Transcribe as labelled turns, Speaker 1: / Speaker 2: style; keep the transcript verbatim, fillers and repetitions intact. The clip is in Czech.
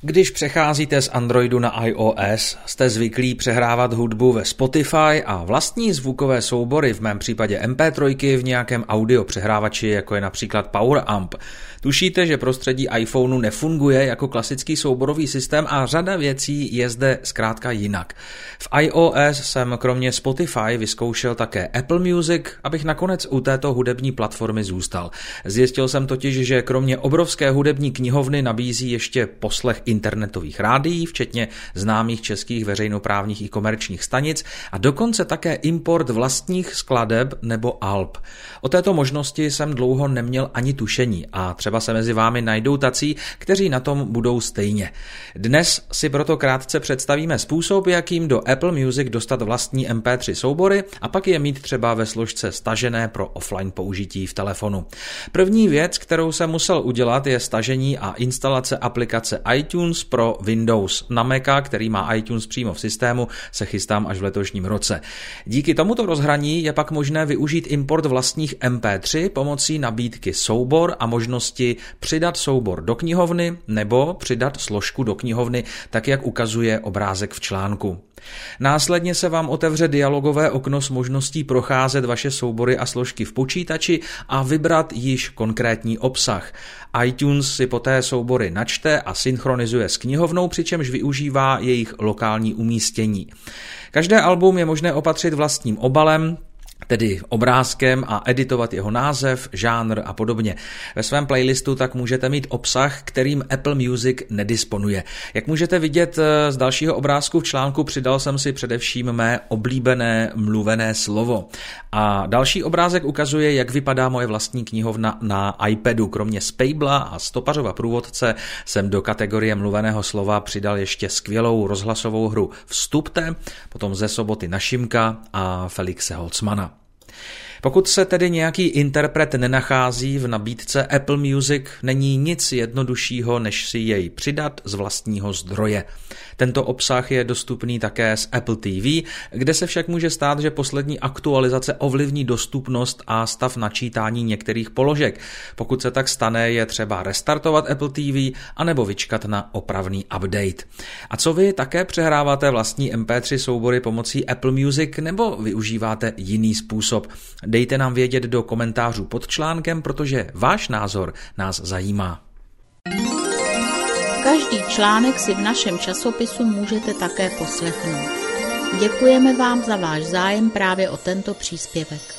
Speaker 1: Když přecházíte z Androidu na iOS, jste zvyklí přehrávat hudbu ve Spotify a vlastní zvukové soubory, v mém případě em pé tři, v nějakém audio přehrávači, jako je například PowerAmp. Tušíte, že prostředí iPhoneu nefunguje jako klasický souborový systém a řada věcí je zde zkrátka jinak. V iOS jsem kromě Spotify vyzkoušel také Apple Music, abych nakonec u této hudební platformy zůstal. Zjistil jsem totiž, že kromě obrovské hudební knihovny nabízí ještě poslech internetových rádií, včetně známých českých veřejnoprávních i komerčních stanic a dokonce také import vlastních skladeb nebo alb. O této možnosti jsem dlouho neměl ani tušení a třeba se mezi vámi najdou tací, kteří na tom budou stejně. Dnes si proto krátce představíme způsob, jakým do Apple Music dostat vlastní em pé tři soubory a pak je mít třeba ve složce stažené pro offline použití v telefonu. První věc, kterou jsem musel udělat, je stažení a instalace aplikace iTunes pro Windows. Na Maca, který má iTunes přímo v systému, se chystám až v letošním roce. Díky tomuto rozhraní je pak možné využít import vlastních em pé tři pomocí nabídky soubor a možnosti přidat soubor do knihovny nebo přidat složku do knihovny, tak jak ukazuje obrázek v článku. Následně se vám otevře dialogové okno s možností procházet vaše soubory a složky v počítači a vybrat již konkrétní obsah. iTunes si poté soubory načte a synchronizuje s knihovnou, přičemž využívá jejich lokální umístění. Každé album je možné opatřit vlastním obalem, tedy obrázkem a editovat jeho název, žánr a podobně. Ve svém playlistu tak můžete mít obsah, kterým Apple Music nedisponuje. Jak můžete vidět z dalšího obrázku v článku, přidal jsem si především mé oblíbené mluvené slovo. A další obrázek ukazuje, jak vypadá moje vlastní knihovna na iPadu. Kromě Spabla a Stopařova průvodce jsem do kategorie mluveného slova přidal ještě skvělou rozhlasovou hru Vstupte, potom Ze soboty na Šimka a Felixe Holzmana. Pokud se tedy nějaký interpret nenachází v nabídce Apple Music, není nic jednoduššího, než si jej přidat z vlastního zdroje. Tento obsah je dostupný také z Apple T V, kde se však může stát, že poslední aktualizace ovlivní dostupnost a stav načítání některých položek. Pokud se tak stane, je třeba restartovat Apple T V anebo vyčkat na opravný update. A co vy, také přehráváte vlastní em pé tři soubory pomocí Apple Music nebo využíváte jiný způsob? Dejte nám vědět do komentářů pod článkem, protože váš názor nás zajímá.
Speaker 2: Každý článek si v našem časopisu můžete také poslechnout. Děkujeme vám za váš zájem právě o tento příspěvek.